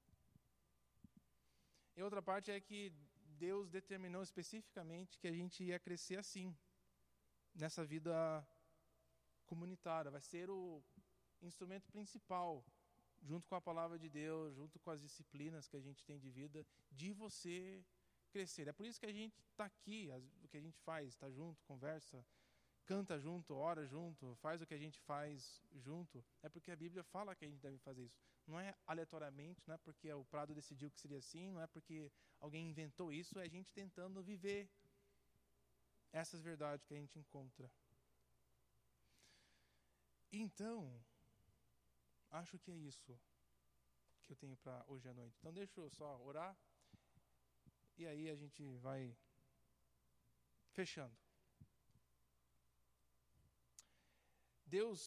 E outra parte é que Deus determinou especificamente que a gente ia crescer assim, nessa vida comunitária. Vai ser o instrumento principal, junto com a palavra de Deus, junto com as disciplinas que a gente tem de vida, de você crescer. É por isso que a gente está aqui, o que a gente faz, está junto, conversa, canta junto, ora junto, faz o que a gente faz junto. É porque a Bíblia fala que a gente deve fazer isso. Não é aleatoriamente, não é porque o Prado decidiu que seria assim, não é porque alguém inventou isso, é a gente tentando viver essas verdades que a gente encontra. Então, acho que é isso que eu tenho para hoje à noite. Então deixa eu só orar e aí a gente vai fechando. Deus